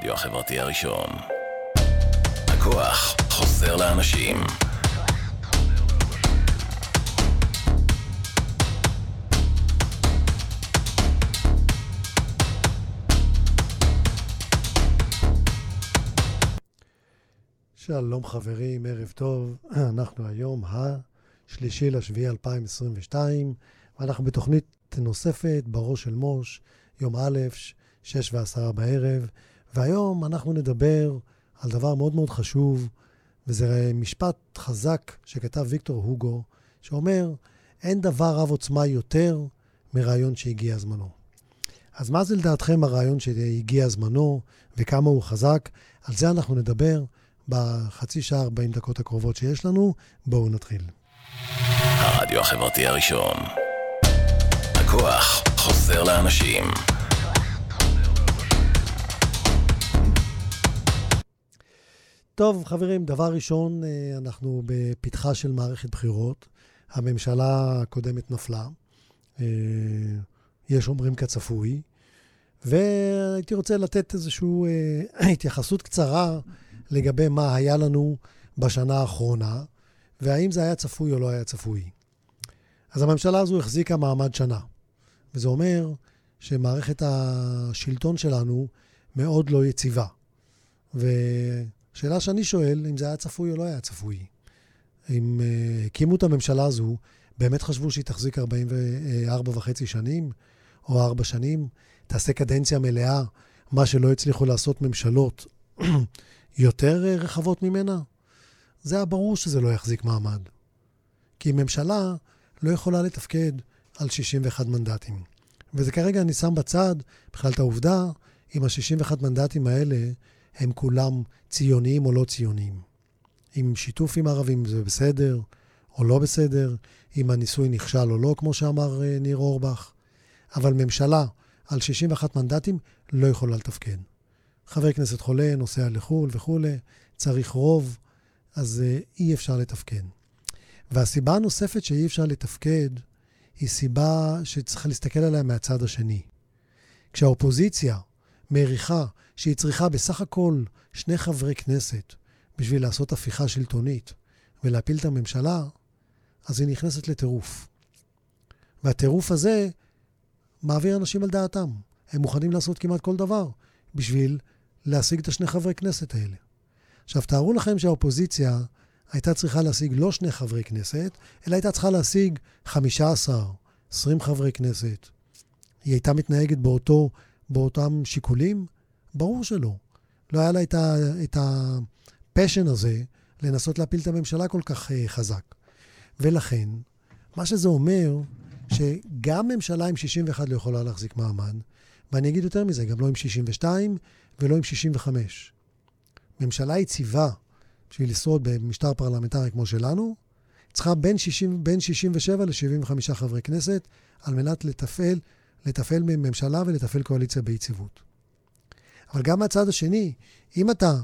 הרדיו החברתי הראשון. הכוח חוזר לאנשים. שלום חברים, ערב טוב. אנחנו היום ה3/7/2022, ואנחנו בתוכנית נוספת בראש של מוש, יום א', 6:10 בערב, והיום אנחנו נדבר על דבר מאוד מאוד חשוב, וזה משפט חזק שכתב ויקטור הוגו, שאומר, אין דבר רב עוצמה יותר מרעיון שהגיע זמנו. אז מה זה לדעתכם הרעיון שהגיע זמנו, וכמה הוא חזק? על זה אנחנו נדבר בחצי שעה 40 דקות הקרובות שיש לנו. בואו נתחיל. הרדיו החברתי הראשון. הכוח חוזר לאנשים. טוב חברים, דבר ראשון, אנחנו בפתחה של מערכת בחירות. הממשלה הקודמת נפלה. יש אומרים כצפוי. והייתי רוצה לתת איזושהי התייחסות קצרה לגבי מה היה לנו בשנה האחרונה, והאם זה היה צפוי או לא היה צפוי. אז הממשלה הזו החזיקה מעמד שנה, וזה אומר שמערכת השלטון שלנו מאוד לא יציבה. ושאלה שאני שואל, אם זה היה צפוי או לא היה צפוי. אם הקימו את הממשלה הזו, באמת חשבו שהיא תחזיק 44.5 שנים, או 4 שנים, תעשה קדנציה מלאה, מה שלא הצליחו לעשות ממשלות יותר רחבות ממנה? זה היה ברור שזה לא יחזיק מעמד. כי ממשלה לא יכולה לתפקד על 61 מנדטים. וזה כרגע אני שם בצד, בכלל את העובדה, אם ה-61 מנדטים האלה הם כולם ציוניים או לא ציוניים. אם שיתוף עם ערבים זה בסדר או לא בסדר, אם הניסוי נכשל או לא, כמו שאמר ניר אורבך. אבל ממשלה על 61 מנדטים לא יכולה לתפקד. חבר כנסת חולה, נוסע לחול וכו', צריך רוב, אז אי אפשר לתפקד. והסיבה הנוספת שאי אפשר לתפקד, היא סיבה שצריך להסתכל עליה מהצד השני. כשהאופוזיציה מעריכה שהיא צריכה בסך הכל 2 חברי כנסת בשביל לעשות הפיכה שלטונית ולהפיל את הממשלה, אז היא נכנסת לטירוף. והטירוף הזה מעביר אנשים על דעתם. הם מוכנים לעשות כמעט כל דבר בשביל להשיג את 2 חברי כנסת האלה. עכשיו, תארו לכם שהאופוזיציה הייתה צריכה להשיג לא 2 חברי כנסת, אלא הייתה צריכה להשיג 15, 20 חברי כנסת. היא הייתה מתנהגת באותם שיקולים? ברור שלא. לא היה לה את הפשן הזה לנסות להפיל את הממשלה כל כך חזק. ולכן, מה שזה אומר, שגם ממשלה עם 61 לא יכולה להחזיק מעמד, ואני אגיד יותר מזה, גם לא עם 62 ולא עם 65. ממשלה יציבה, בשביל לשרוד במשטר פרלמנטרי כמו שלנו, צריכה בין 67 ל-75 חברי כנסת, על מנת לתפעל ממשלה ולתפעל קואליציה ביציבות. אבל גם מהצד השני, אם אתה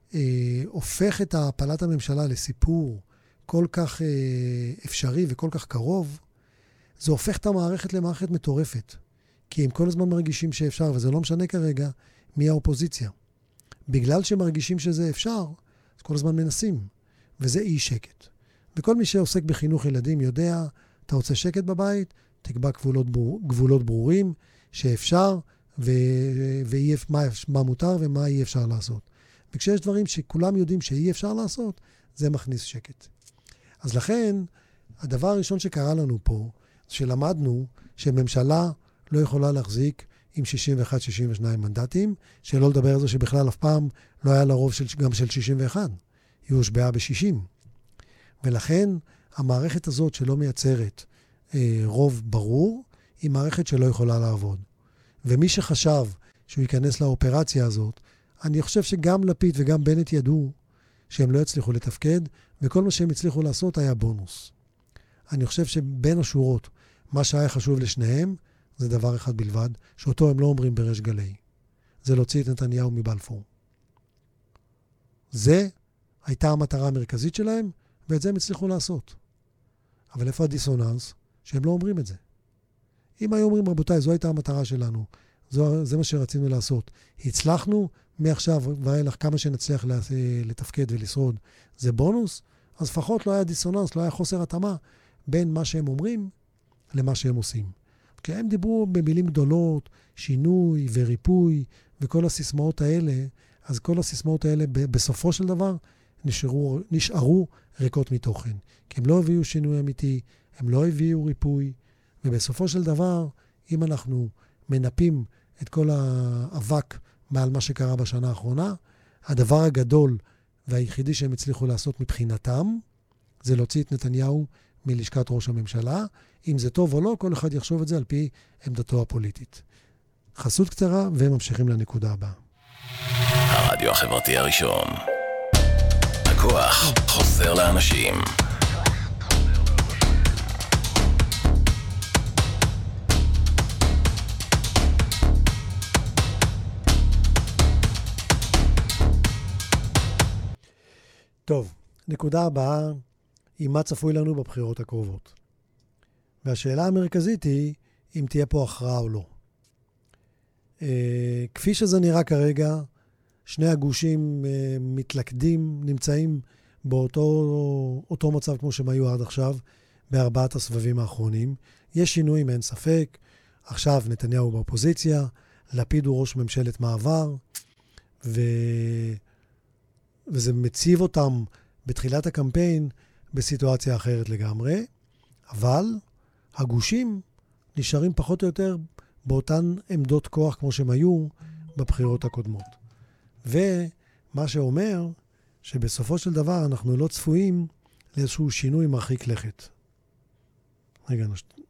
הופך את הפלת הממשלה לסיפור כל כך אפשרי וכל כך קרוב, זה הופך את המערכת למערכת מטורפת. כי הם כל הזמן מרגישים שאפשר, וזה לא משנה כרגע מי האופוזיציה. בגלל שמרגישים שזה אפשר, אז כל הזמן מנסים, וזה אי שקט. וכל מי שעוסק בחינוך ילדים יודע, אתה רוצה שקט בבית, תקבע גבולות ברורים, שאפשר, מה מותר ומה אי אפשר לעשות. וכשיש דברים שכולם יודעים שאי אפשר לעשות, זה מכניס שקט. אז לכן, הדבר הראשון שקרה לנו פה, שלמדנו שממשלה לא יכולה להחזיק עם 61-62 מנדטים, שלא לדבר על זה שבכלל אף פעם לא היה לה רוב גם של 61. היא הושבעה ב-60. ולכן המערכת הזאת שלא מייצרת רוב ברור, היא מערכת שלא יכולה לעבוד. ומי שחשב שהוא ייכנס לאופרציה הזאת, אני חושב שגם לפיד וגם בנט ידעו שהם לא יצליחו לתפקד, וכל מה שהם הצליחו לעשות היה בונוס. אני חושב שבין השורות, מה שהיה חשוב לשניהם, זה דבר אחד בלבד, שאותו הם לא אומרים בריש גלי. זה להוציא את נתניהו מבלפור. זה הייתה המטרה המרכזית שלהם, ואת זה הם הצליחו לעשות. אבל איפה הדיסוננס? שהם לא אומרים את זה. אם היו אומרים, רבותיי, זו הייתה המטרה שלנו, זה מה שרצינו לעשות. הצלחנו מעכשיו ואילך כמה שנצליח לתפקד ולשרוד. זה בונוס, אז לפחות לא היה דיסוננס, לא היה חוסר התאמה בין מה שהם אומרים למה שהם עושים. כי הם דיברו במילים גדולות, שינוי וריפוי וכל הסיסמאות האלה, אז כל הסיסמאות האלה בסופו של דבר נשארו ריקות מתוכן. כי הם לא הביאו שינוי אמיתי, הם לא הביאו ריפוי, ובסופו של דבר, אם אנחנו מנפים את כל האבק מעל מה שקרה בשנה האחרונה, הדבר הגדול והיחידי שהם הצליחו לעשות מבחינתם, זה להוציא את נתניהו מלשכת ראש הממשלה. אם זה טוב או לא, כל אחד יחשוב את זה על פי עמדתו הפוליטית. חסות קצרה וממשיכים לנקודה הבאה. הרדיו החברתי הראשון. הכוח חוזר לאנשים. טוב, נקודה הבאה היא מה צפוי לנו בבחירות הקרובות. והשאלה המרכזית היא אם תהיה פה הכרעה או לא. כפי שזה נראה כרגע, שני הגושים מתלכדים, נמצאים באותו מצב כמו שהם היו עד עכשיו, בארבעת הסבבים האחרונים. יש שינויים, אין ספק. עכשיו נתניהו באופוזיציה, לפיד הוא ראש ממשלת מעבר, וזה מציב אותם בתחילת הקמפיין בסיטואציה אחרת לגמרי, אבל הגושים נשארים פחות או יותר באותן עמדות כוח כמו שהם היו בבחירות הקודמות. ומה שאומר שבסופו של דבר אנחנו לא צפויים לאיזשהו שינוי מרחיק לכת. רגע,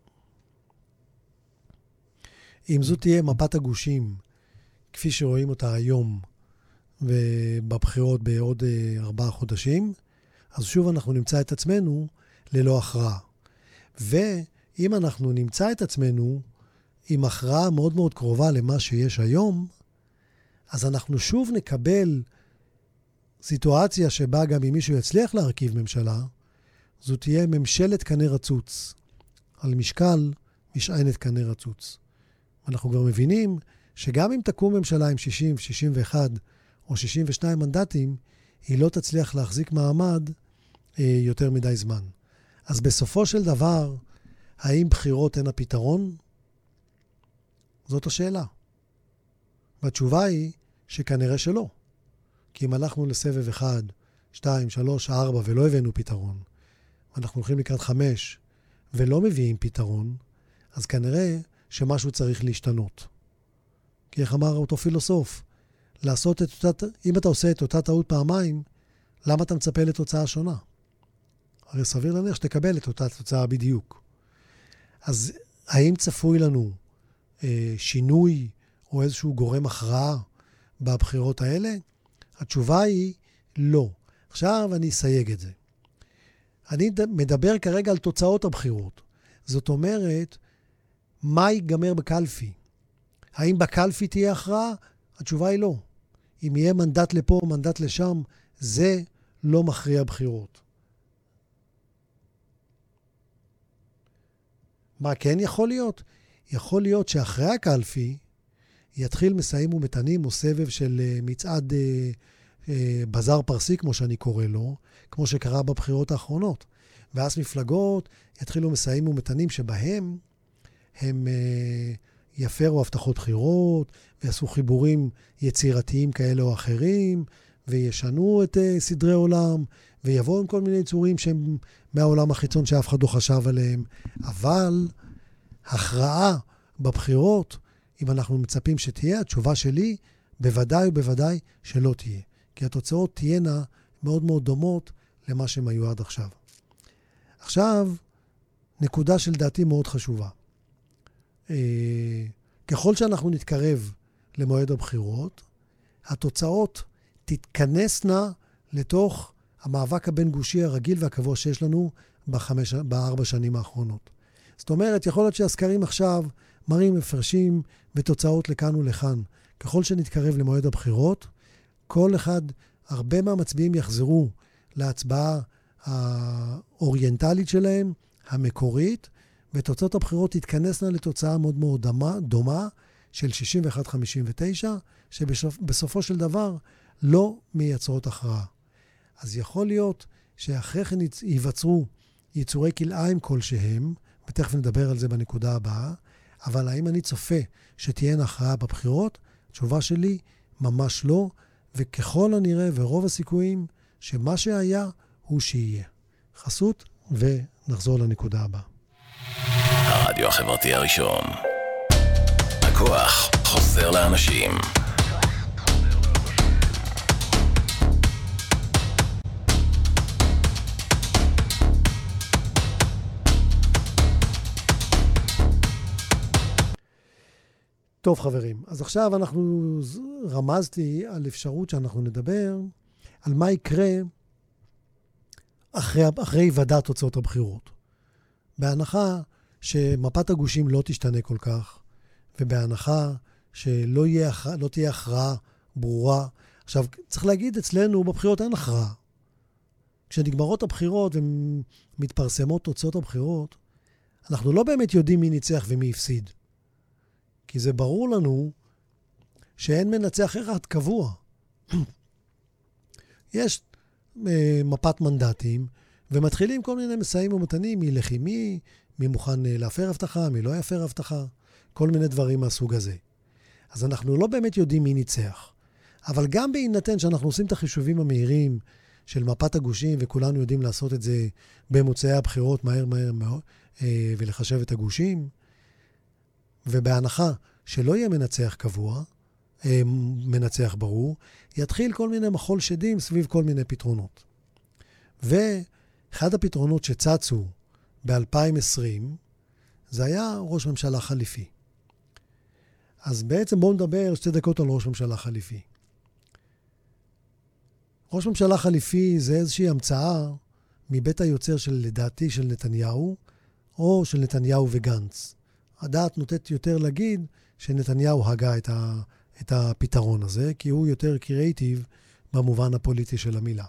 אם זו תהיה מפת הגושים, כפי שרואים אותה היום ובבחירות בעוד 4 חודשים, אז שוב אנחנו נמצא את עצמנו ללא הכרעה. ואם אנחנו נמצא את עצמנו עם הכרעה מאוד מאוד קרובה למה שיש היום, אז אנחנו שוב נקבל סיטואציה שבה גם אם מישהו יצליח להרכיב ממשלה, זו תהיה ממשלת קנה רצוץ, על משקל משענת קנה רצוץ. אנחנו כבר מבינים שגם אם תקום ממשלה עם 60, 61 או 62 מנדטים, היא לא תצליח להחזיק מעמד יותר מדי זמן. אז בסופו של דבר, האם בחירות הן הפתרון? זאת השאלה. והתשובה היא שכנראה שלא. כי אם הלכנו לסבב 1, 2, 3, 4 ולא הבאנו פתרון, ואנחנו הולכים לקראת 5 ולא מביאים פתרון, אז כנראה שמשהו צריך להשתנות. כי איך אמר אותו פילוסוף? אם אתה עושה את אותה טעות פעמיים, למה אתה מצפה לתוצאה שונה? הרי סביר להניח שתקבל את אותה תוצאה בדיוק. אז האם צפוי לנו שינוי או איזשהו גורם הכרעה בבחירות האלה? התשובה היא לא. עכשיו אני אסייג את זה. אני מדבר כרגע על תוצאות הבחירות. זאת אומרת, מה ייגמר בקלפי? האם בקלפי תהיה הכרעה? התשובה היא לא. אם יהיה מנדט לפה או מנדט לשם, זה לא מכריע בחירות. מה כן יכול להיות? יכול להיות שאחרי הקלפי יתחיל מסעים ומתנים או סבב של מצעד בזר פרסי, כמו שאני קורא לו, כמו שקרה בבחירות האחרונות. ואז מפלגות יתחילו מסעים ומתנים שבהם הם יפרו הבטחות בחירות, ויעשו חיבורים יצירתיים כאלה או אחרים, וישנו את סדרי עולם, ויבואו עם כל מיני יצורים שהם מהעולם החיצון שאף אחד לא חשב עליהם. אבל הכרעה בבחירות, אם אנחנו מצפים שתהיה, התשובה שלי בוודאי ובוודאי שלא תהיה. כי התוצאות תהיינה מאוד מאוד דומות למה שהם היו עד עכשיו. עכשיו, נקודה של דעתי מאוד חשובה. ככל שאנחנו נתקרב למועד הבחירות, התוצאות תתכנסנה לתוך המאבק הבין-גושי הרגיל והקבוע שיש לנו ב4 שנים האחרונות. זאת אומרת, יכול להיות שהסקרים עכשיו מראים מפרשים ותוצאות לכאן ולכאן. ככל שנתקרב למועד הבחירות, הרבה מהמצביעים יחזרו להצבעה האוריינטלית שלהם, המקורית, ותוצאות הבחירות תתכנסנה לתוצאה מאוד מאוד דומה, של 61-59, שבסופו של דבר לא מייצרות הכרעה. אז יכול להיות שאחרי כן ייווצרו יצורי כלאיים כלשהם, ותכף נדבר על זה בנקודה הבאה, אבל האם אני צופה שתהיינה הכרעה בבחירות? התשובה שלי, ממש לא, וככל הנראה ורוב הסיכויים שמה שהיה הוא שיהיה. חסות, ונחזור לנקודה הבאה. הרדיו החברתי הראשון. הכוח חוזר לאנשים. טוב חברים, אז עכשיו רמזתי על אפשרות שאנחנו נדבר על מה יקרה אחרי ועדת תוצאות הבחירות. בהנחה שמפת הגושים לא תשתנה כל כך, ובהנחה שלא תהיה הכרעה ברורה. עכשיו, צריך להגיד, אצלנו בבחירות אין הכרעה. כשנגמרות הבחירות ומתפרסמות תוצאות הבחירות, אנחנו לא באמת יודעים מי ניצח ומי הפסיד. כי זה ברור לנו שאין מנצח אחד קבוע. יש מפת מנדטים, ומתחילים כל מיני מסעים ומתנים, מי לכי מי מוכן להפר הבטחה, מי לא יפר הבטחה, כל מיני דברים מהסוג הזה. אז אנחנו לא באמת יודעים מי ניצח. אבל גם בהינתן שאנחנו עושים את החישובים המהירים של מפת הגושים, וכולנו יודעים לעשות את זה במוצאי הבחירות מהר ולחשב את הגושים, ובהנחה שלא יהיה מנצח קבוע, מנצח ברור, יתחיל כל מיני מחול שדים סביב כל מיני פתרונות. ואחד הפתרונות שצצו ב-2020, זה היה ראש ממשלה חליפי. אז בעצם בואו נדבר 2 דקות על ראש ממשלה חליפי. ראש ממשלה חליפי זה איזושהי המצאה מבית היוצר לדעתי של נתניהו, או של נתניהו וגנץ. הדעת נוטת יותר להגיד שנתניהו הגה את הפתרון הזה, כי הוא יותר קריאיטיב במובן הפוליטי של המילה.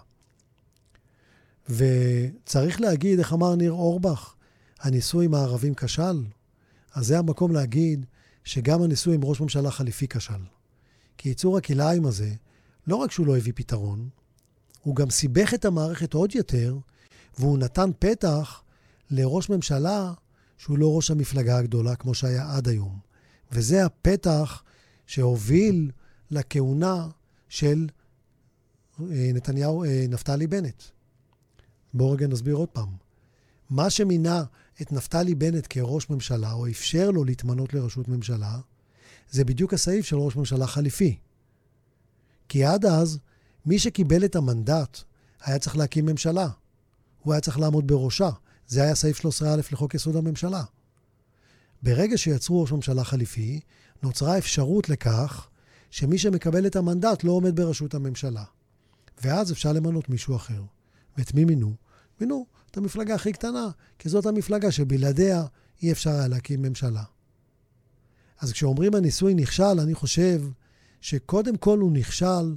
וצריך להגיד, איך אמר ניר אורבך, הניסוי עם הערבים כשל, אז זה המקום להגיד שגם הניסוי עם ראש ממשלה חליפי כשל. כי ייצור הכלאיים הזה, לא רק שהוא לא הביא פתרון, הוא גם סיבך את המערכת עוד יותר, והוא נתן פתח לראש ממשלה שהוא לא ראש המפלגה הגדולה כמו שהיה עד היום. וזה הפתח שהוביל לכהונה של נפתלי בנט. בואו רגע נסביר עוד פעם. מה שמינה את נפתלי בנט כראש ממשלה, או אפשר לו להתמנות לראשות ממשלה, זה בדיוק הסעיף של ראש ממשלה חליפי. כי עד אז, מי שקיבל את המנדט היה צריך להקים ממשלה. הוא היה צריך לעמוד בראשה. זה היה סעיף 13א לחוק יסוד הממשלה. ברגע שיצרו ראש ממשלה חליפי, נוצרה אפשרות לכך שמי שמקבל את המנדט לא עומד בראשות הממשלה. ואז אפשר למנות מישהו אחר. ואת מי מינו? מינו את המפלגה הכי קטנה, כי זאת המפלגה שבלעדיה אי אפשר היה להקים ממשלה. אז כשאומרים הניסוי נכשל, אני חושב שקודם כל הוא נכשל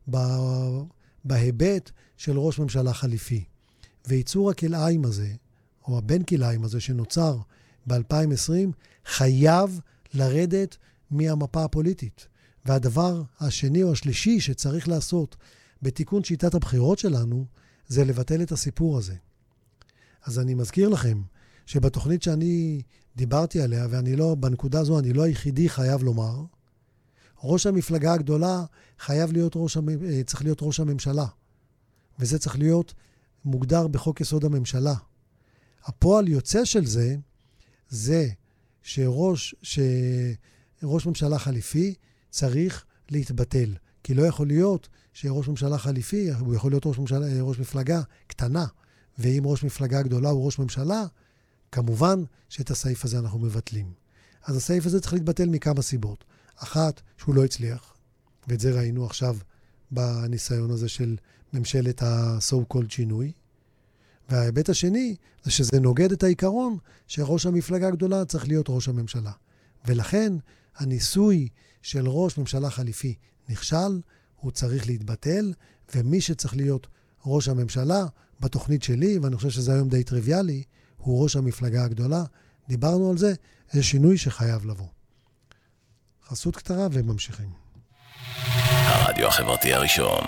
בהיבט של ראש ממשלה חליפי. וייצור הכלאיים הזה, או הבן כלאיים הזה שנוצר ב-2020, חייב לרדת מהמפה הפוליטית. והדבר השני או השלישי שצריך לעשות בתיקון שיטת הבחירות שלנו, זה לבטל את הסיפור הזה. אז אני מזכיר לכם שבתוכנית שאני דיברתי עליה, בנקודה הזו אני לא היחידי חייב לומר, ראש המפלגה הגדולה צריך להיות ראש הממשלה. וזה צריך להיות מוגדר בחוק יסוד הממשלה. הפועל יוצא של זה שראש ממשלה חליפי צריך להתבטל. כי לא יכול להיות שראש ממשלה חליפי, הוא יכול להיות ראש מפלגה קטנה, ואם ראש מפלגה גדולה הוא ראש ממשלה, כמובן שאת הסעיף הזה אנחנו מבטלים. אז הסעיף הזה צריך להתבטל מכמה סיבות. אחת, שהוא לא הצליח, ואת זה ראינו עכשיו בניסיון הזה של ממשלת ה-so called שינוי. וההיבט השני, זה שזה נוגד את העיקרון שראש המפלגה הגדולה צריך להיות ראש הממשלה. ולכן, הניסוי של ראש ממשלה חליפי נכשל, הוא צריך להתבטל, ומי שצריך להיות ראש הממשלה, בתוכנית שלי, ואני חושב שזה היום די טריוויאלי, הוא ראש המפלגה הגדולה. דיברנו על זה, זה שינוי שחייב לבוא. חסות קצרה וממשיכים. הרדיו החברתי הראשון.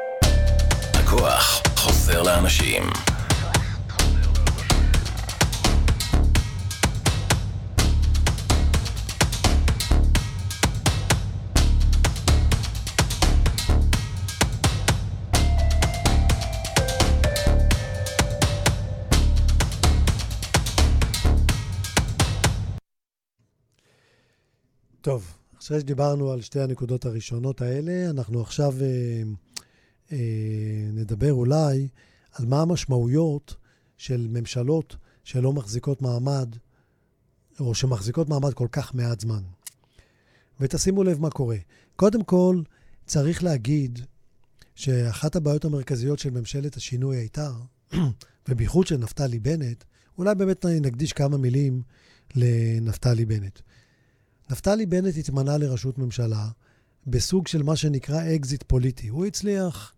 הכוח חוזר לאנשים. טוב, אחרי שדיברנו על שתי הנקודות הראשונות האלה, אנחנו עכשיו נדבר אולי על מה המשמעויות של ממשלות שלא מחזיקות מעמד, או שמחזיקות מעמד כל כך מעט זמן. ותשימו לב מה קורה. קודם כל, צריך להגיד שאחת הבעיות המרכזיות של ממשלת השינוי הייתה, ובייחוד של נפתלי בנט, אולי באמת נקדיש כמה מילים לנפתלי בנט. נפתלי בנט התמנה לראשות ממשלה בסוג של מה שנקרא אקזיט פוליטי. הוא הצליח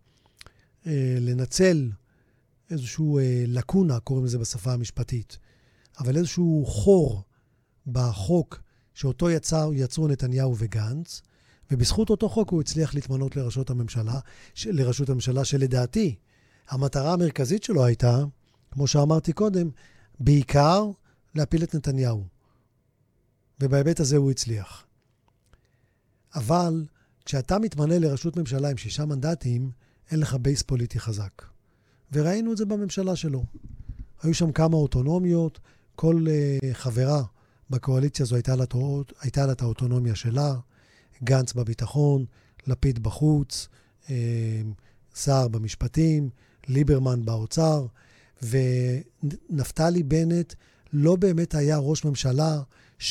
לנצל איזשהו לקונה, קוראים לזה בשפה המשפטית, אבל איזשהו חור בחוק שאותו יצרו נתניהו וגנץ, ובזכות אותו חוק הוא הצליח להתמנות לראשות הממשלה, שלדעתי המטרה המרכזית שלו הייתה, כמו שאמרתי קודם, בעיקר להפיל את נתניהו. ובהיבט הזה הוא הצליח. אבל כשאתה מתמנה לראשות ממשלה עם 6 מנדטים, אין לך בייס פוליטי חזק. וראינו את זה בממשלה שלו. היו שם כמה אוטונומיות, כל חברה בקואליציה הזו הייתה לה את האוטונומיה שלה, גנץ בביטחון, לפיד בחוץ, שר במשפטים, ליברמן באוצר, ונפתלי בנט לא באמת היה ראש ממשלה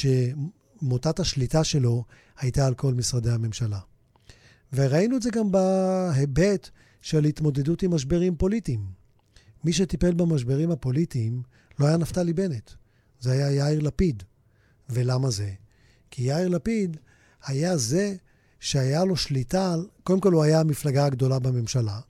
שמוטת השליטה שלו הייתה על כל משרדי הממשלה. וראינו את זה גם בהיבט של התמודדות עם משברים פוליטיים. מי שטיפל במשברים הפוליטיים לא היה נפתלי בנט, זה היה יאיר לפיד. ולמה זה? כי יאיר לפיד היה זה שהיה לו שליטה, קודם כל הוא היה המפלגה הגדולה בממשלה,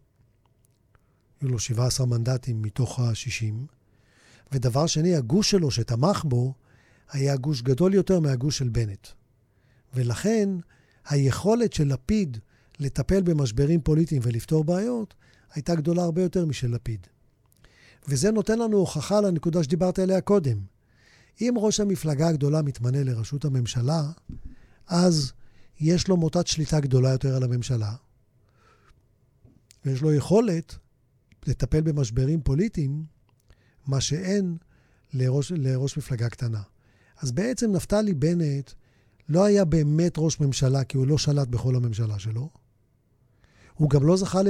היו לו 17 מנדטים מתוך ה-60, ודבר שני, הגוש שלו שתמך בו, היה גוש גדול יותר מהגוש של בנט. ולכן, היכולת של לפיד לטפל במשברים פוליטיים ולפתור בעיות, הייתה גדולה הרבה יותר משל לפיד. וזה נותן לנו הוכחה לנקודה שדיברת עליה קודם. אם ראש המפלגה הגדולה מתמנה לראשות הממשלה, אז יש לו מוטת שליטה גדולה יותר על הממשלה, ויש לו יכולת לטפל במשברים פוליטיים, מה שאין לראש מפלגה קטנה. אז בעצם נפתלי בנט לא היה באמת ראש ממשלה, כי הוא לא שלט בכל הממשלה שלו. הוא גם לא זכה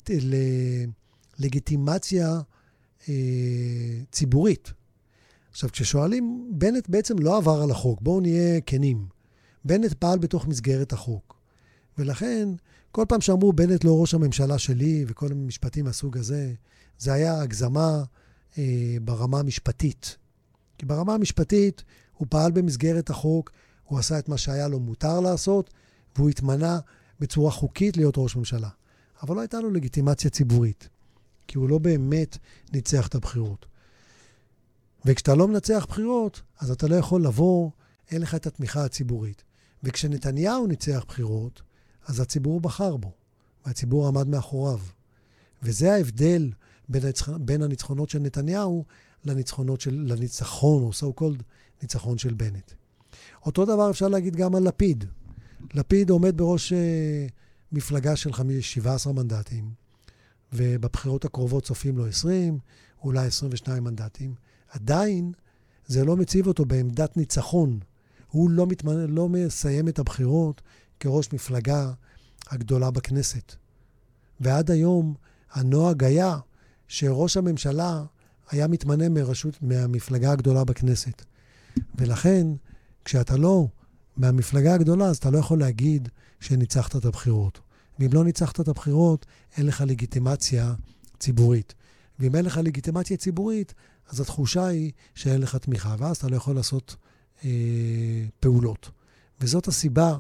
ללגיטימציה ציבורית. עכשיו, כששואלים, בנט בעצם לא עבר על החוק. בואו נהיה כנים. בנט פעל בתוך מסגרת החוק. ולכן, כל פעם שאמרו, בנט לא ראש הממשלה שלי, וכל המשפטים מהסוג הזה, זה היה הגזמה ברמה המשפטית. כי ברמה המשפטית הוא פעל במסגרת החוק, הוא עשה את מה שהיה לו מותר לעשות, והוא התמנה בצורה חוקית להיות ראש ממשלה. אבל לא הייתה לו לגיטימציה ציבורית, כי הוא לא באמת ניצח את הבחירות. וכשאתה לא מנצח בחירות, אז אתה לא יכול לבוא, אין לך את התמיכה הציבורית. וכשנתניהו ניצח בחירות, אז הציבור בחר בו, והציבור עמד מאחוריו. וזה ההבדל בין הניצחונות של נתניהו לניצחון, או so called ניצחון של בנט. אותו דבר אפשר להגיד גם על לפיד. לפיד עומד בראש מפלגה של 17 מנדטים, ובבחירות הקרובות צופים לו 20, אולי 22 מנדטים. עדיין זה לא מציב אותו בעמדת ניצחון. הוא לא מסיים את הבחירות כראש מפלגה הגדולה בכנסת. ועד היום הנוהג היה שראש הממשלה היה מתמנה מהמפלגה הגדולה בכנסת. ולכן, כשאתה לא מהמפלגה הגדולה, אז אתה לא יכול להגיד שניצחת את הבחירות. ואם לא ניצחת את הבחירות, אין לך לגיטימציה ציבורית. ואם אין לך לגיטימציה ציבורית, אז התחושה היא שאין לך תמיכה, ואז אתה לא יכול לעשות פעולות. וזאת הסיבה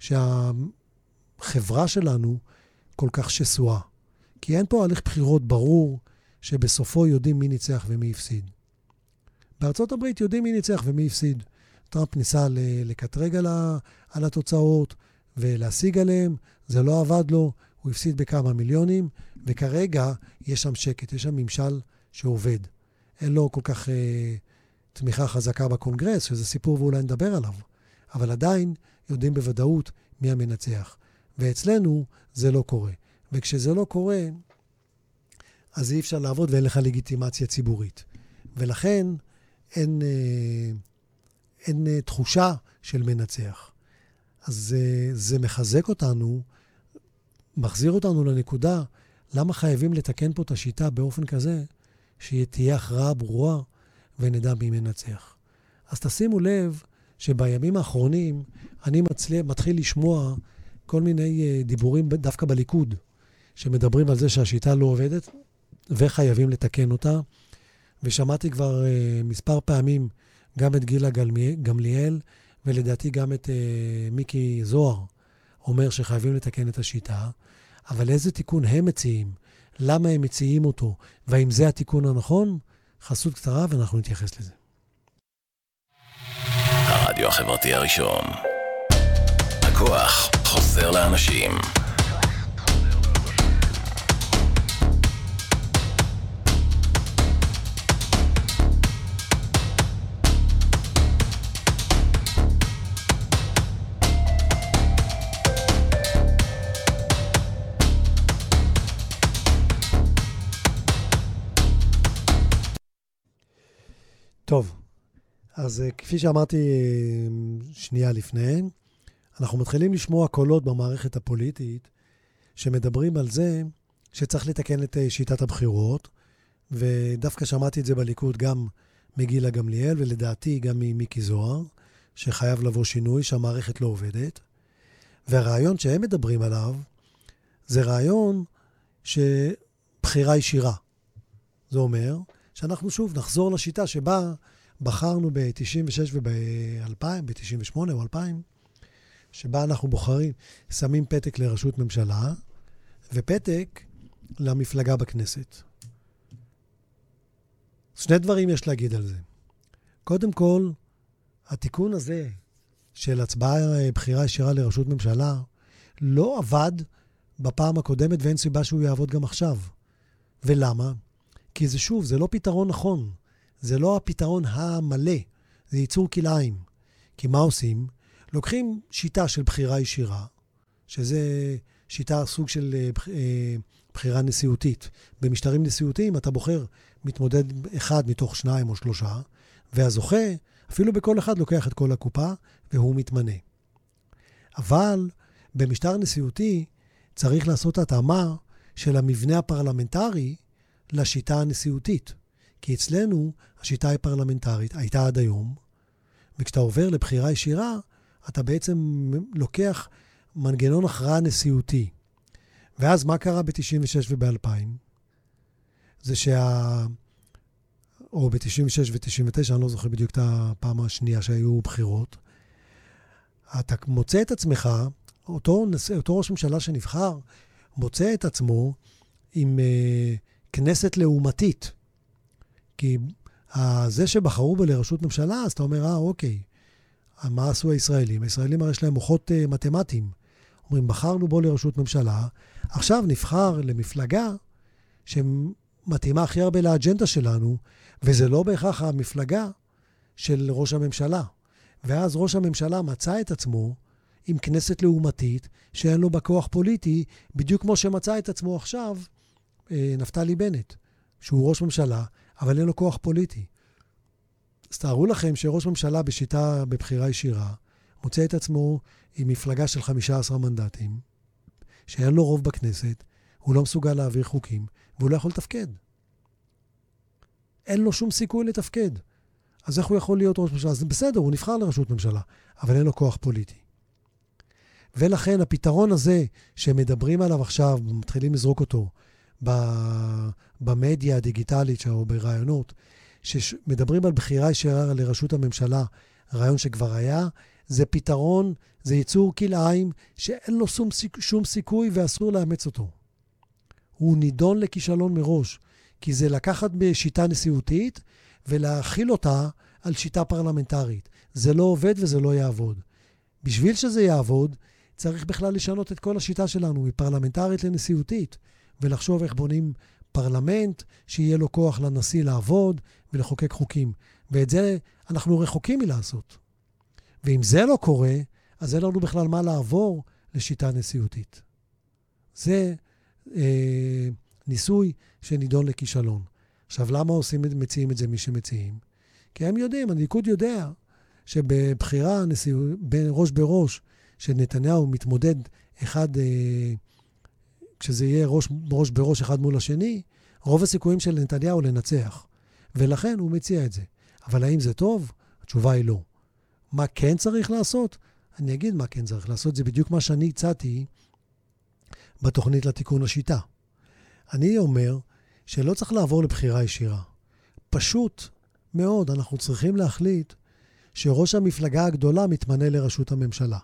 שהחברה שלנו כל כך שסועה. כי אין פה הליך בחירות ברור, שבסופו יודעים מי ניצח ומי הפסיד. בארצות הברית יודעים מי ניצח ומי הפסיד. טראמפ ניסה לקטרג על התוצאות ולהשיג עליהם, זה לא עבד לו, הוא הפסיד בכמה מיליונים, וכרגע יש שם שקט, יש שם ממשל שעובד. אין לו כל כך תמיכה חזקה בקונגרס, שזה סיפור ואולי נדבר עליו, אבל עדיין יודעים בוודאות מי המנצח. ואצלנו זה לא קורה. וכשזה לא קורה, אז אי אפשר לעבוד ואין לך לגיטימציה ציבורית. ולכן אין תחושה של מנצח. אז זה מחזק אותנו, מחזיר אותנו לנקודה, למה חייבים לתקן פה את השיטה באופן כזה, שתהיה הכרעה ברורה ונדע מי מנצח. אז תשימו לב שבימים האחרונים אני מתחיל לשמוע כל מיני דיבורים דווקא בליכוד, שמדברים על זה שהשיטה לא עובדת וחייבים לתקן אותה. ושמעתי כבר מספר פעמים גם את גילה גמליאל, ולדעתי גם את מיקי זוהר אומר שחייבים לתקן את השיטה. אבל איזה תיקון הם מציעים? למה הם מציעים אותו? והאם זה התיקון הנכון? חסות קצרה ואנחנו נתייחס לזה. הרדיו החברתי הראשון. הכוח חוזר לאנשים. טוב, אז כפי שאמרתי שנייה לפני, אנחנו מתחילים לשמוע קולות במערכת הפוליטית שמדברים על זה שצריך לתקן את שיטת הבחירות, ודווקא שמעתי את זה בליכוד גם מגילה גמליאל ולדעתי גם ממיקי זוהר, שחייב לבוא שינוי, שהמערכת לא עובדת. והרעיון שהם מדברים עליו זה רעיון שבחירה ישירה. זה אומר שאנחנו שוב נחזור לשיטה שבה בחרנו ב-96 וב-2000, ב-98 או 2000, שבה אנחנו בוחרים, שמים פתק לראשות ממשלה, ופתק למפלגה בכנסת. שני דברים יש להגיד על זה. קודם כל, התיקון הזה של הצבעה בחירה ישירה לראשות ממשלה, לא עבד בפעם הקודמת ואין סיבה שהוא יעבוד גם עכשיו. ולמה? כי זה שוב, זה לא פתרון נכון. זה לא הפתרון המלא. זה ייצור כלאיים. כי מה עושים? לוקחים שיטה של בחירה ישירה, שזה שיטה סוג של בחירה נשיאותית. במשטרים נשיאותיים אתה בוחר מתמודד אחד מתוך 2 או 3, והזוכה, אפילו בכל אחד לוקח את כל הקופה, והוא מתמנה. אבל במשטר נשיאותי צריך לעשות התאמה של המבנה הפרלמנטרי לשיטה הנשיאותית. כי אצלנו השיטה היא פרלמנטרית, הייתה עד היום, וכשאתה עובר לבחירה ישירה, אתה בעצם לוקח מנגנון הכרעה נשיאותי. ואז מה קרה ב-96 וב-2000? זה או ב-96 ו-99, אני לא זוכר בדיוק את הפעם השנייה שהיו בחירות, אתה מוצא את עצמך, אותו ראש ממשלה שנבחר, מוצא את עצמו עם כנסת לעומתית. כי זה שבחרו בו לראשות ממשלה, אז אתה אומר, אוקיי, מה עשו הישראלים? הישראלים הרי יש להם מוחות מתמטיים. אומרים, בחרנו בו לראשות ממשלה, עכשיו נבחר למפלגה שמתאימה הכי הרבה לאג'נדה שלנו, וזה לא בהכרח המפלגה של ראש הממשלה. ואז ראש הממשלה מצא את עצמו עם כנסת לעומתית, שאין לו בכוח פוליטי, בדיוק כמו שמצא את עצמו עכשיו נפתלי בנט, שהוא ראש ממשלה, אבל אין לו כוח פוליטי. אז תארו לכם שראש ממשלה בשיטה בבחירה ישירה, מוצא את עצמו עם מפלגה של 15 מנדטים, שאין לו רוב בכנסת, הוא לא מסוגל להעביר חוקים, והוא לא יכול לתפקד. אין לו שום סיכוי לתפקד. אז איך הוא יכול להיות ראש ממשלה? אז בסדר, הוא נבחר לראשות ממשלה, אבל אין לו כוח פוליטי. ולכן הפתרון הזה שמדברים עליו עכשיו, מתחילים לזרוק אותו במדיה הדיגיטלית או ברעיונות, שמדברים על בחירה ישירה לראשות הממשלה, רעיון שכבר היה, זה פתרון, זה ייצור כלאיים שאין לו שום סיכוי ואסור לאמץ אותו. הוא נידון לכישלון מראש, כי זה לקחת בשיטה נשיאותית ולהכיל אותה על שיטה פרלמנטרית. זה לא עובד וזה לא יעבוד. בשביל שזה יעבוד, צריך בכלל לשנות את כל השיטה שלנו, מפרלמנטרית לנשיאותית, ולחשוב איך בונים פרלמנט, שיהיה לו כוח לנשיא לעבוד ולחוקק חוקים. ואת זה אנחנו רחוקים מלעשות. ואם זה לא קורה, אז אין לנו בכלל מה לעבור לשיטה נשיאותית. זה ניסוי שנידון לכישלון. עכשיו, למה מציעים את זה מי שמציעים? כי הם יודעים, הליכוד יודע, שבבחירה ראש בראש, שנתניהו מתמודד אחד, כשזה יהיה ראש בראש אחד מול השני, רוב הסיכויים של נתניהו לנצח. ולכן הוא מציע את זה. אבל האם זה טוב? התשובה היא לא. מה כן צריך לעשות? אני אגיד מה כן צריך לעשות. זה בדיוק מה שאני הצעתי בתוכנית לתיקון השיטה. אני אומר שלא צריך לעבור לבחירה ישירה. פשוט מאוד, אנחנו צריכים להחליט שראש המפלגה הגדולה מתמנה לראשות הממשלה.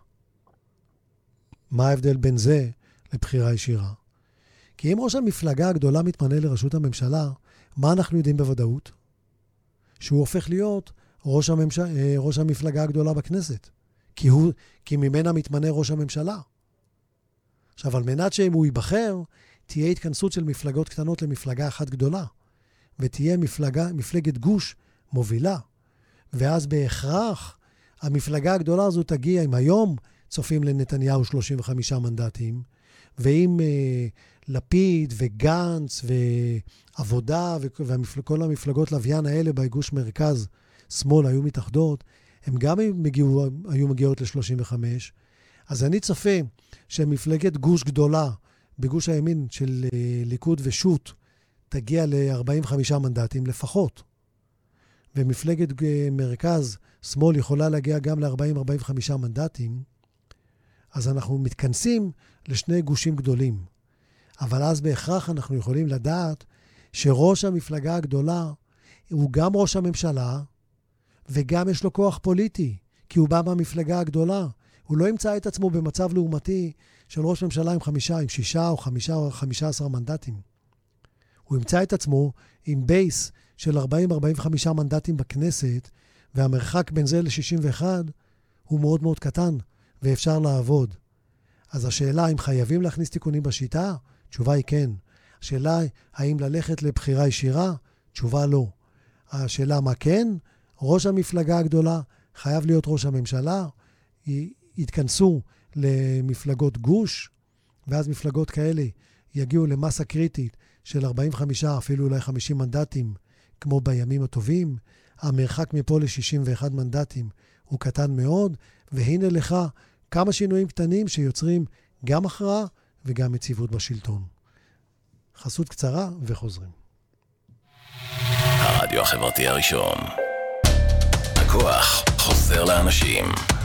מה ההבדל בין זה לבחירה ישירה? כי אם ראש המפלגה הגדולה מתמנה לראשות הממשלה, מה אנחנו יודעים בוודאות? שהוא הופך להיות ראש המפלגה הגדולה בכנסת. כי ממנה מתמנה ראש הממשלה. עכשיו, על מנת שאם הוא ייבחר, תהיה התכנסות של מפלגות קטנות למפלגה אחת גדולה, ותהיה מפלגת גוש מובילה. ואז בהכרח המפלגה הגדולה הזו תגיע, אם היום צופים לנתניהו 35 מנדטים, ואם לפיד וגנץ ועבודה וכל המפלגות לוויין האלה בגוש מרכז שמאל היו מתאחדות, הם גם היו מגיעות ל-35. אז אני צופה שמפלגת גוש גדולה בגוש הימין של ליכוד ושות תגיע ל-45 מנדטים לפחות. ומפלגת מרכז שמאל יכולה להגיע גם ל-40-45 מנדטים. אז אנחנו מתכנסים לשני גושים גדולים. אבל אז בהכרח אנחנו יכולים לדעת שראש המפלגה הגדולה הוא גם ראש הממשלה, וגם יש לו כוח פוליטי, כי הוא בא מהמפלגה הגדולה. הוא לא ימצא את עצמו במצב לעומתי של ראש ממשלה עם 6 או 15 מנדטים. הוא ימצא את עצמו עם בייס של 40-45 מנדטים בכנסת, והמרחק בין זה ל-61 הוא מאוד מאוד קטן, ואפשר לעבוד. אז השאלה, אם חייבים להכניס תיקונים בשיטה? תשובה היא כן. השאלה, האם ללכת לבחירה ישירה? תשובה לא. השאלה, מה כן? ראש המפלגה הגדולה חייב להיות ראש הממשלה, יתכנסו למפלגות גוש, ואז מפלגות כאלה יגיעו למסה קריטית של 45, אפילו אולי 50 מנדטים, כמו בימים הטובים. המרחק מפה ל-61 מנדטים הוא קטן מאוד, והנה לך כמה שינויים קטנים שיוצרים גם הכרעה וגם יציבות בשלטון. חסות קצרה וחוזרים. הרדיו החברתי הראשון. הכוח חוזר לאנשים.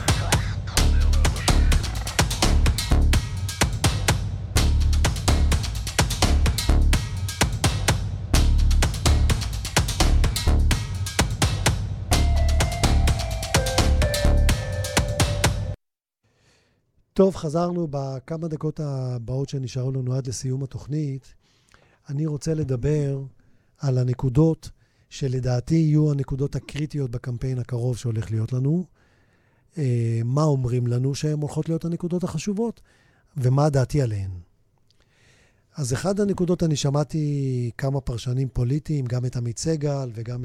טוב, חזרנו בכמה דקות הבאות שנשארו לנו עד לסיום התוכנית. אני רוצה לדבר על הנקודות שלדעתי יהיו הנקודות הקריטיות בקמפיין הקרוב שהולך להיות לנו. מה אומרים לנו שהן הולכות להיות הנקודות החשובות, ומה דעתי עליהן. אז אחד הנקודות, אני שמעתי כמה פרשנים פוליטיים, גם את עמית סגל וגם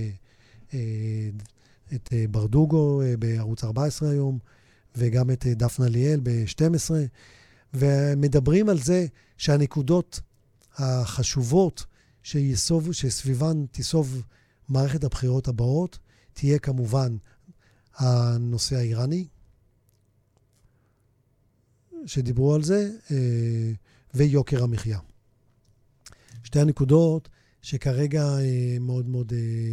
את ברדוגו בערוץ 14 היום, וגם את דפנה ליאל ב-12, ומדברים על זה שהנקודות החשובות שסביבן תיסוב מערכת הבחירות הבאות, תהיה כמובן הנושא האיראני, שדיברו על זה, ויוקר המחיה. שתי הנקודות שכרגע מאוד מאוד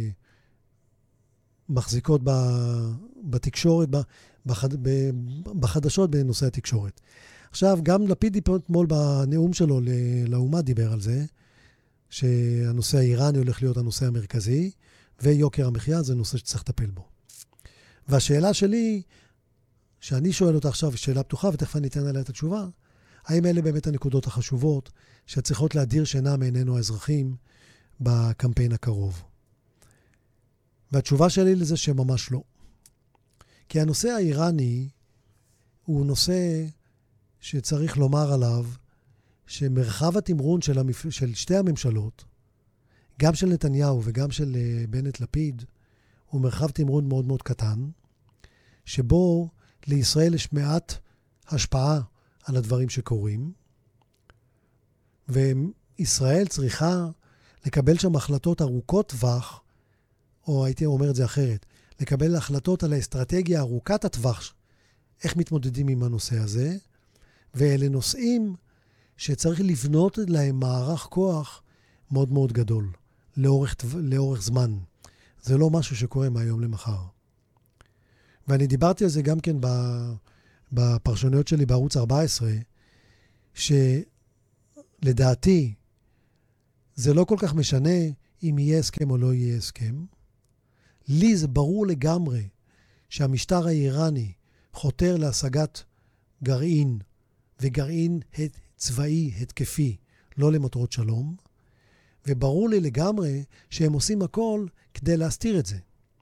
מחזיקות בתקשורת, בחדשות בנושא התקשורת. עכשיו, גם לפיד אתמול בנאום שלו לאומה דיבר על זה, שהנושא האיראני הולך להיות הנושא המרכזי, ויוקר המחיה זה נושא שצריך לטפל בו. והשאלה שלי, שאני שואל אותה עכשיו, שאלה פתוחה, ותכף אני אתן עליה את התשובה, האם אלה באמת הנקודות החשובות שצריכות להדיר שינה מעינינו האזרחים בקמפיין הקרוב? והתשובה שלי לזה שממש לא. כי הנושא האיראני הוא נושא שצריך לומר עליו שמרחב התמרון של שתי הממשלות, גם של נתניהו וגם של בנט-לפיד, הוא מרחב תמרון מאוד מאוד קטן, שבו לישראל יש מעט השפעה על הדברים שקורים, וישראל צריכה לקבל שם החלטות ארוכות טווח, או הייתי אומר את זה אחרת, לקבל החלטות על האסטרטגיה ארוכת הטווח, איך מתמודדים עם הנושא הזה, ואלה נושאים שצריך לבנות להם מערך כוח מאוד מאוד גדול, לאורך זמן. זה לא משהו שקורה מהיום למחר. ואני דיברתי על זה גם כן בפרשנויות שלי בערוץ 14, שלדעתי זה לא כל כך משנה אם יהיה הסכם או לא יהיה הסכם. לי זה ברור לגמרי שהמשטר האיראני חותר להשגת גרעין, וגרעין צבאי התקפי, לא למטרות שלום, וברור לי לגמרי שהם עושים הכל כדי להסתיר את זה.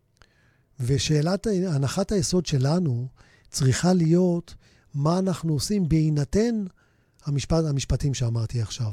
ושאלת הנחת היסוד שלנו צריכה להיות מה אנחנו עושים בהינתן המשפטים שאמרתי עכשיו.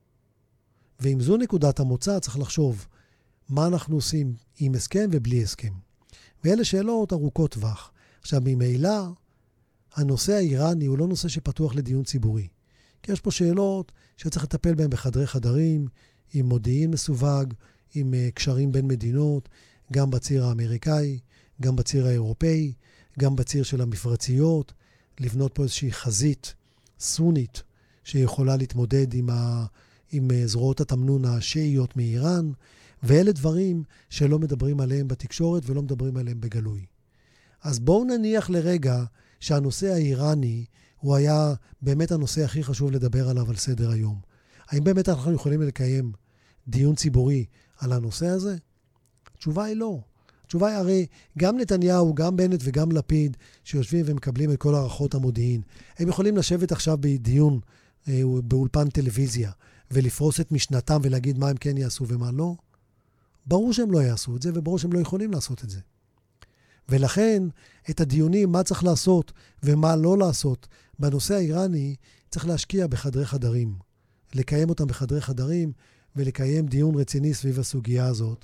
ואם זו נקודת המוצא, צריך לחשוב מה אנחנו עושים עם הסכם ובלי הסכם. ואלה שאלות ארוכות טווח. עכשיו, ממילא, הנושא האיראני הוא לא נושא שפתוח לדיון ציבורי. כי יש פה שאלות שצריך לטפל בהן בחדרי חדרים, עם מודיעין מסווג, עם קשרים בין מדינות, גם בציר האמריקאי, גם בציר האירופאי, גם בציר של המפרציות, לבנות פה איזושהי חזית סונית שיכולה להתמודד עם זרועות התמנון השיעיות מאיראן, ואלה דברים שלא מדברים עליהם בתקשורת ולא מדברים עליהם בגלוי. אז בואו נניח לרגע שהנושא האיראני הוא היה באמת הנושא הכי חשוב לדבר עליו על סדר היום. האם באמת אנחנו יכולים לקיים דיון ציבורי על הנושא הזה? התשובה היא לא. התשובה היא הרי גם נתניהו, גם בנט וגם לפיד שיושבים ומקבלים את כל הערכות המודיעין. הם יכולים לשבת עכשיו בדיון באולפן טלוויזיה ולפרוס את משנתם ולהגיד מה הם כן יעשו ומה לא. ברור שהם לא יעשו את זה וברור שהם לא יכולים לעשות את זה. ולכן את הדיונים מה צריך לעשות ומה לא לעשות בנושא האיראני צריך להשקיע בחדרי חדרים. לקיים אותם בחדרי חדרים ולקיים דיון רציני סביב הסוגיה הזאת.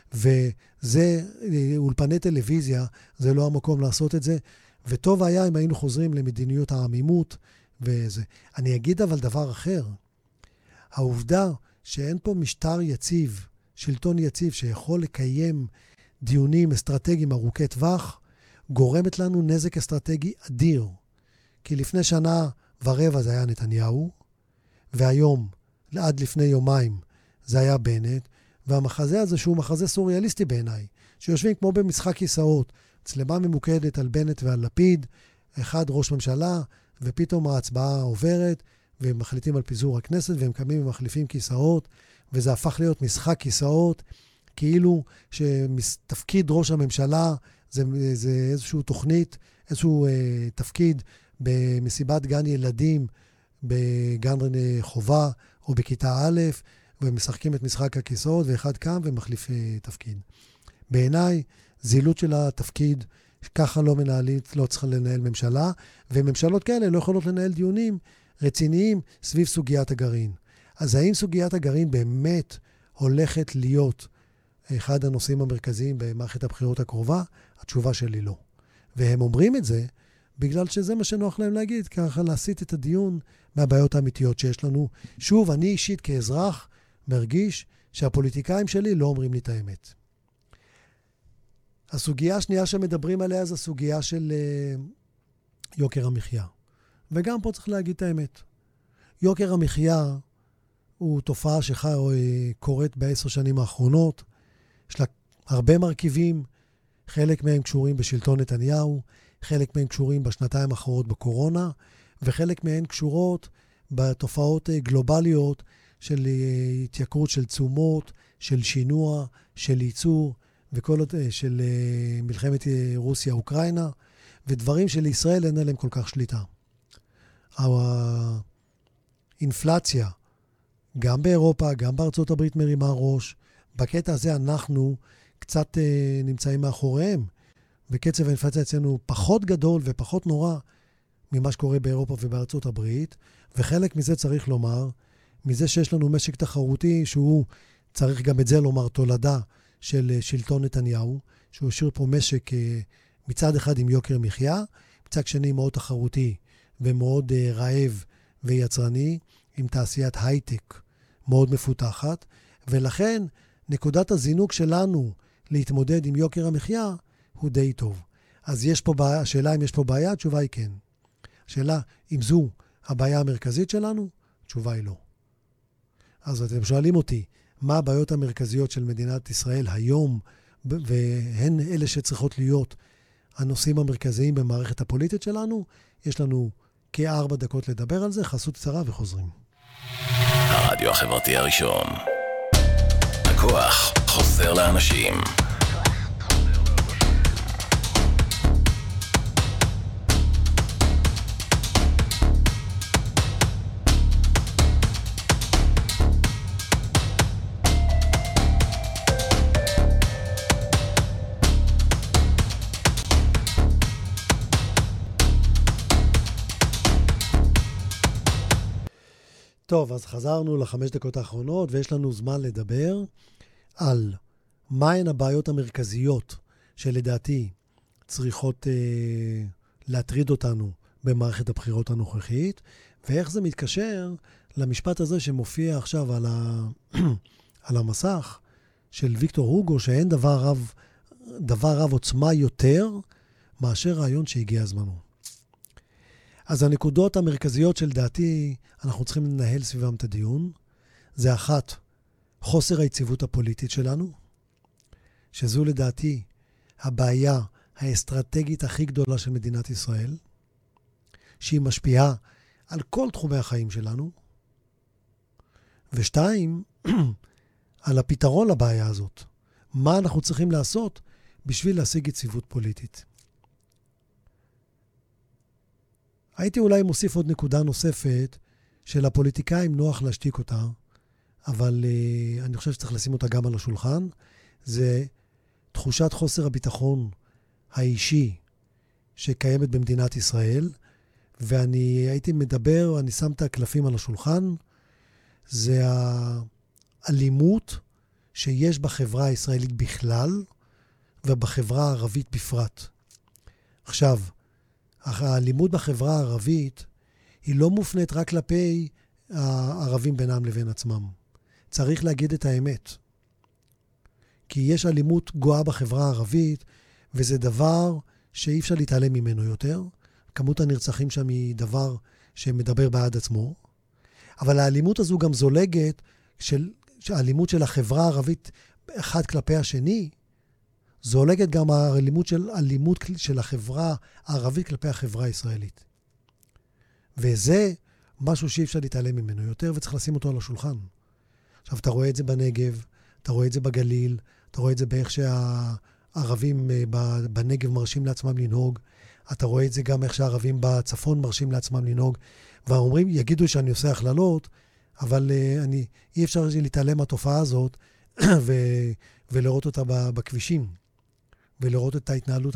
וזה, אולפני טלוויזיה, זה לא המקום לעשות את זה. וטוב היה אם היינו חוזרים למדיניות העמימות וזה. אני אגיד אבל דבר אחר. העובדה שאין פה משטר יציב, שלטון יציב שיכול לקיים דיונים אסטרטגיים ארוכי טווח, גורמת לנו נזק אסטרטגי אדיר. כי לפני שנה ורבע זה היה נתניהו, והיום, עד לפני יומיים, זה היה בנט, והמחזה הזה שהוא מחזה סוריאליסטי בעיניי, שיושבים כמו במשחק כיסאות, צלמה ממוקדת על בנט ועל לפיד, אחד ראש ממשלה, ופתאום ההצבעה עוברת, והם מחליטים על פיזור הכנסת, והם קמים ומחליפים כיסאות, וזה הפך להיות משחק כיסאות, כאילו שתפקיד ראש הממשלה זה איזשהו תוכנית, איזשהו תפקיד במסיבת גן ילדים, בגן חובה או בכיתה א', ומשחקים את משחק הכיסאות, ואחד קם ומחליף תפקיד. בעיניי, זילות של התפקיד, ככה לא מנהלית, לא צריכה לנהל ממשלה, וממשלות כאלה לא יכולות לנהל דיונים רציניים סביב סוגיית הגרעין. אז האם סוגיית הגרעין באמת הולכת להיות אחד הנושאים המרכזיים במערכת הבחירות הקרובה? התשובה שלי לא. והם אומרים את זה בגלל שזה מה שנוח להם להגיד, ככה להסיט את הדיון מהבעיות האמיתיות שיש לנו. שוב, אני אישית כאזרח מרגיש שהפוליטיקאים שלי לא אומרים לי את האמת. הסוגיה השנייה שמדברים עליה זה הסוגיה של יוקר המחיה. וגם פה צריך להגיד את האמת. יוקר המחיה הוא תופעה שקורית ב10 שנים האחרונות. יש לה הרבה מרכיבים, חלק מהם קשורים בשלטון נתניהו, חלק מהם קשורים בשנתיים האחרונות בקורונה, וחלק מהם קשורות בתופעות גלובליות של התייקרות של תשומות, של שינוע, של ייצור, של מלחמת רוסיה-אוקראינה, ודברים שלישראל אין עליהם כל כך שליטה. האינפלציה, גם באירופה, גם בארצות הברית מרימה ראש. בקטע הזה אנחנו קצת נמצאים מאחוריהם, וקצב האינפלציה אצלנו פחות גדול ופחות נורא ממה שקורה באירופה ובארצות הברית, וחלק מזה צריך לומר, מזה שיש לנו משק תחרותי שהוא, צריך גם את זה לומר, תולדה של שלטון נתניהו, שהוא השאיר פה משק מצד אחד עם יוקר מחיה, מצד שני מאוד תחרותי ומאוד רעב ויצרני, עם תעשיית הייטק מאוד מפותחת, ולכן נקודת הזינוק שלנו להתמודד עם יוקר המחיה הוא די טוב. אז יש פה בעיה, השאלה אם יש פה בעיה, התשובה היא כן. השאלה אם זו הבעיה המרכזית שלנו, התשובה היא לא. אז אתם שואלים אותי, מה הבעיות המרכזיות של מדינת ישראל היום, והן אלה שצריכות להיות הנושאים המרכזיים במערכת הפוליטית שלנו? יש לנו כ4 דקות לדבר על זה, חסות קצרה וחוזרים. הרדיו החברתי הראשון. הכוח חוזר לאנשים. טוב, אז חזרנו ל5 דקות האחרונות, ויש לנו זמן לדבר על מהן הבעיות המרכזיות שלדעתי צריכות להטריד אותנו במערכת הבחירות הנוכחית, ואיך זה מתקשר למשפט הזה שמופיע עכשיו על המסך של ויקטור הוגו, שאין דבר רב עוצמה יותר מאשר רעיון שהגיע הזמנו. אז הנקודות המרכזיות של דעתי, אנחנו צריכים לנהל סביבם את הדיון. זה אחת, חוסר היציבות הפוליטית שלנו, שזו לדעתי הבעיה האסטרטגית הכי גדולה של מדינת ישראל, שהיא משפיעה על כל תחומי החיים שלנו. ושתיים, על הפתרון לבעיה הזאת. מה אנחנו צריכים לעשות בשביל להשיג יציבות פוליטית. הייתי אולי מוסיף עוד נקודה נוספת, שלפוליטיקאים נוח להשתיק אותה, אבל אני חושב שצריך לשים אותה גם על השולחן, זה תחושת חוסר הביטחון האישי שקיימת במדינת ישראל, ואני הייתי מדבר, אני שם את הקלפים על השולחן, זה האלימות שיש בחברה הישראלית בכלל, ובחברה הערבית בפרט. עכשיו, האלימות בחברה הערבית היא לא מופנית רק כלפי הערבים בינם לבין עצמם. צריך להגיד את האמת. כי יש אלימות גואה בחברה הערבית, וזה דבר שאי אפשר להתעלם ממנו יותר. כמות הנרצחים שם היא דבר שמדבר בעד עצמו. אבל האלימות הזו גם זולגת, האלימות של החברה הערבית אחד כלפי השני, זולגת גם האלימות של החברה הערבית כלפי החברה הישראלית. וזה משהו שאי אפשר להתעלם ממנו יותר, וצריך לשים אותו על השולחן. עכשיו, אתה רואה את זה בנגב, אתה רואה את זה בגליל, אתה רואה את זה באיך שהערבים בנגב מרשים לעצמם לנהוג, אתה רואה את זה גם איך שהערבים בצפון מרשים לעצמם לנהוג, ואומרים, יגידו שאני עושה הכללות, אבל אי אפשר להתעלם מהתופעה הזאת, ולראות אותה בכבישים, ולראות את ההתנהלות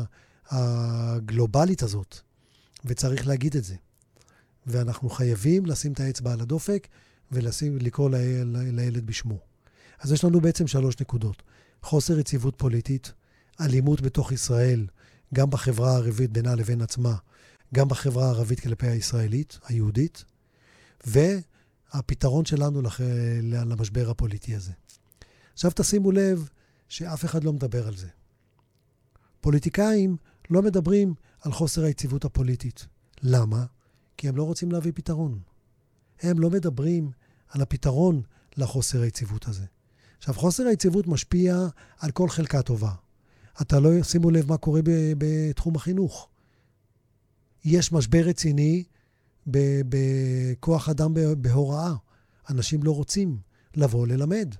הגלובלית הזאת, וצריך להגיד את זה. ואנחנו חייבים לשים את האצבע על הדופק, ולקרוא לילד בשמו. אז יש לנו בעצם 3 נקודות. חוסר יציבות פוליטית, אלימות בתוך ישראל, גם בחברה הערבית בינה לבין עצמה, גם בחברה הערבית כלפי הישראלית, היהודית, והפתרון שלנו למשבר הפוליטי הזה. עכשיו תשימו לב שאף אחד לא מדבר על זה. פוליטיקאים לא מדברים על חוסר היציבות הפוליטית. למה? כי הם לא רוצים להביא פתרון. הם לא מדברים על הפתרון לחוסר היציבות הזה. עכשיו, חוסר היציבות משפיע על כל חלקה טובה. אתה לא שימו לב מה קורה בתחום החינוך. יש משבר רציני בכוח אדם בהוראה. אנשים לא רוצים לבוא ללמד.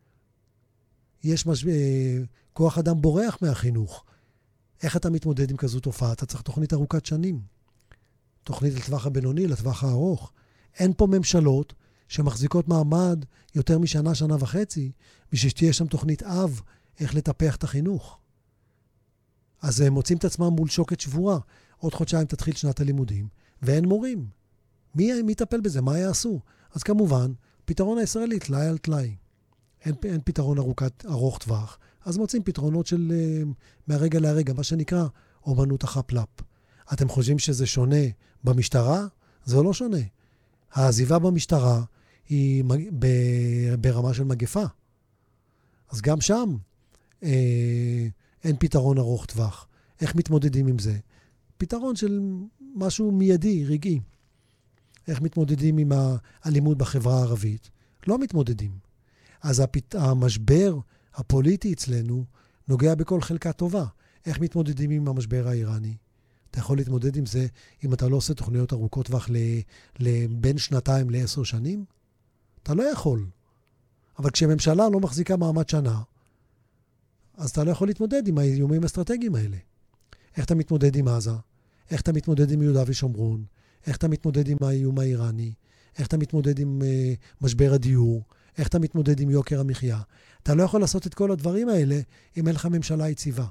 יש כוח אדם בורח מהחינוך. איך אתה מתמודד עם כזו תופעה? אתה צריך תוכנית ארוכת שנים. תוכנית לטווח הבינוני, לטווח הארוך. אין פה ממשלות שמחזיקות מעמד יותר משנה, שנה וחצי, בשביל שתהיה שם תוכנית אב איך לטפח את החינוך. אז הם מוצאים את עצמם מול שוקת שבורה. עוד חודשיים תתחיל שנת הלימודים, ואין מורים. מי יטפל בזה? מה יעשו? אז כמובן, פתרון הישראלי, תלאי על תלאי. אין פתרון ארוך טווח. אז מוצאים פתרונות של מהרגע להרגע, מה שנקרא אומנות החפלפ. אתם חושבים שזה שונה במשטרה? זה לא שונה. העזיבה במשטרה היא ברמה של מגפה. אז גם שם אין פתרון ארוך טווח. איך מתמודדים עם זה? פתרון של משהו מיידי, רגעי. איך מתמודדים עם האלימות בחברה הערבית? לא מתמודדים. אז המשבר הפוליטי אצלנו נוגע בכל חלקה טובה. איך מתמודדים עם המשבר האיראני? אתה יכול להתמודד עם זה אם אתה לא עושה תוכניות ארוכות טווח בין 2 ל10 שנים? אתה לא יכול. אבל כשממשלה לא מחזיקה מעמד שנה, אז אתה לא יכול להתמודד עם האיומים האסטרטגיים האלה. איך אתה מתמודד עם עזה? איך אתה מתמודד עם יהודה ושומרון? איך אתה מתמודד עם האיום האיראני? איך אתה מתמודד עם משבר הדיור? איך אתה מתמודד עם יוקר המחיה? אתה לא יכול לעשות את כל הדברים האלה אם אין לך ממשלה יציבה.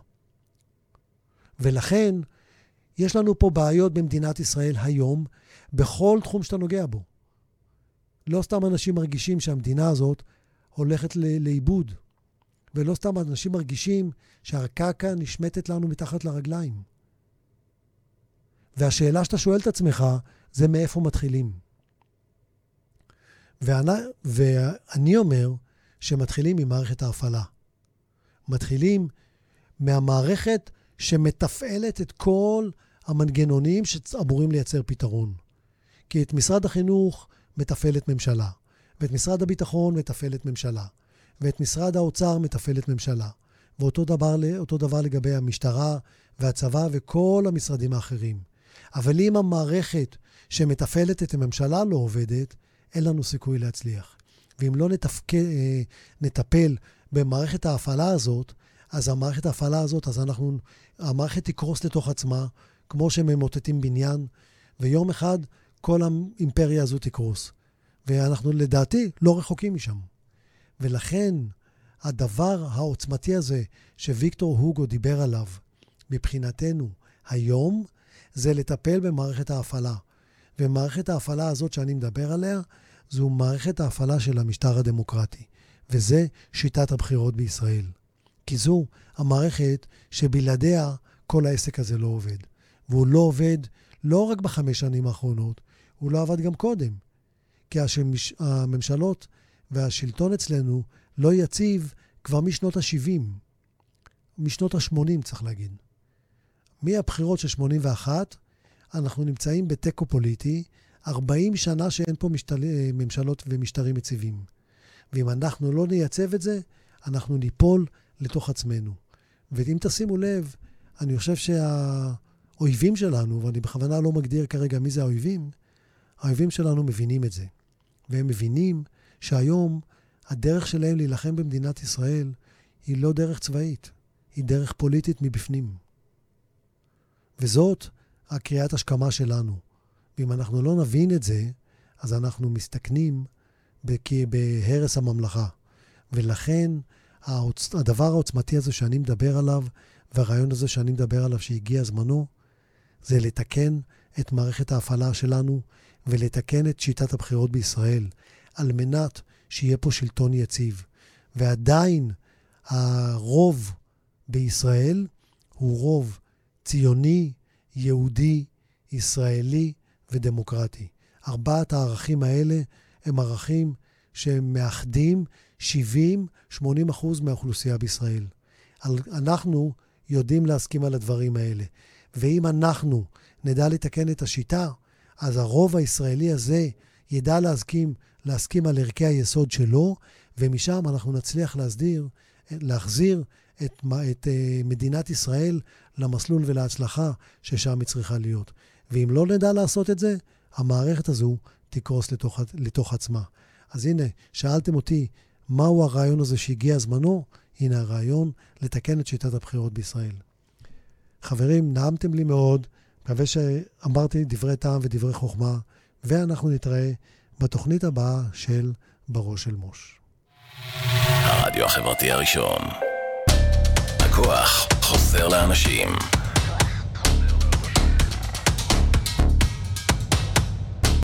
ולכן, יש לנו פה בעיות במדינת ישראל היום, בכל תחום שאתה נוגע בו. לא סתם אנשים מרגישים שהמדינה הזאת הולכת לאיבוד, ולא סתם אנשים מרגישים שהקרקע נשמטת לנו מתחת לרגליים. והשאלה שאתה שואל את עצמך, זה מאיפה מתחילים. ואני אומר שמתחילים ממערכת ההפעלה. מתחילים מהמערכת שמתפעלת את כל המנגנונים שאמורים לייצר פתרון. כי את משרד החינוך מתפעלת ממשלה, ואת משרד הביטחון מתפעלת ממשלה, ואת משרד האוצר מתפעלת ממשלה, ואותו דבר לגבי המשטרה והצבא וכל המשרדים האחרים. אבל אם המערכת שמתפעלת את הממשלה לא עובדת, אין לנו סיכוי להצליח. ואם לא נטפל במערכת ההפעלה הזאת, אז המערכת ההפעלה הזאת, המערכת תקרוס לתוך עצמה, כמו שממוטטים בניין, ויום אחד כל האימפריה הזו תקרוס. ואנחנו לדעתי לא רחוקים משם. ולכן הדבר העוצמתי הזה שוויקטור הוגו דיבר עליו, מבחינתנו היום, זה לטפל במערכת ההפעלה. ומערכת ההפעלה הזאת שאני מדבר עליה, זו מערכת ההפעלה של המשטר הדמוקרטי. וזה שיטת הבחירות בישראל. כי זו המערכת שבלעדיה כל העסק הזה לא עובד. והוא לא עובד לא רק ב5 שנים האחרונות, הוא לא עבד גם קודם. כי הממשלות והשלטון אצלנו לא יציב כבר משנות ה-70. משנות ה-80 צריך להגיד. מהבחירות של 81, אנחנו נמצאים בטקו פוליטי, 40 שנה שאין פה ממשלות ומשטרים יציבים. ואם אנחנו לא נייצב את זה, אנחנו ניפול לתוך עצמנו. ואם תשימו לב, אני חושב שהאויבים שלנו, ואני בכוונה לא מגדיר כרגע מי זה האויבים שלנו מבינים את זה. והם מבינים שהיום הדרך שלהם להילחם במדינת ישראל היא לא דרך צבאית, היא דרך פוליטית מבפנים. וזאת הקריאת השכמה שלנו. ואם אנחנו לא נבין את זה, אז אנחנו מסתכנים בהרס הממלכה. ולכן הדבר העוצמתי הזה שאני מדבר עליו, והרעיון הזה שאני מדבר עליו שהגיע זמנו, זה לתקן את מערכת ההפעלה שלנו, ולתקן את שיטת הבחירות בישראל, על מנת שיהיה פה שלטון יציב. ועדיין הרוב בישראל הוא רוב ציוני, יהודי, ישראלי ודמוקרטי. 4 הערכים האלה הם ערכים שמאחדים 70-80% מהאוכלוסייה בישראל. אנחנו יודעים להסכים על הדברים האלה. ואם אנחנו נדע לתקן את השיטה, אז הרוב הישראלי הזה ידע להסכים על ערכי היסוד שלו, ומשם אנחנו נצליח להחזיר את מדינת ישראל למסלול ולהצלחה ששם היא צריכה להיות. ואם לא נדע לעשות את זה, המערכת הזו תקרוס לתוך עצמה. אז הנה, שאלתם אותי, מהו הרעיון הזה שהגיע זמנו? הנה הרעיון לתקן את שיטת הבחירות בישראל. חברים, נעמתם לי מאוד, מקווה שאמרתי דברי טעם ודברי חוכמה, ואנחנו נתראה בתוכנית הבאה של בראש של מוש. הרדיו החברתי הראשון. הכוח חוזר לאנשים.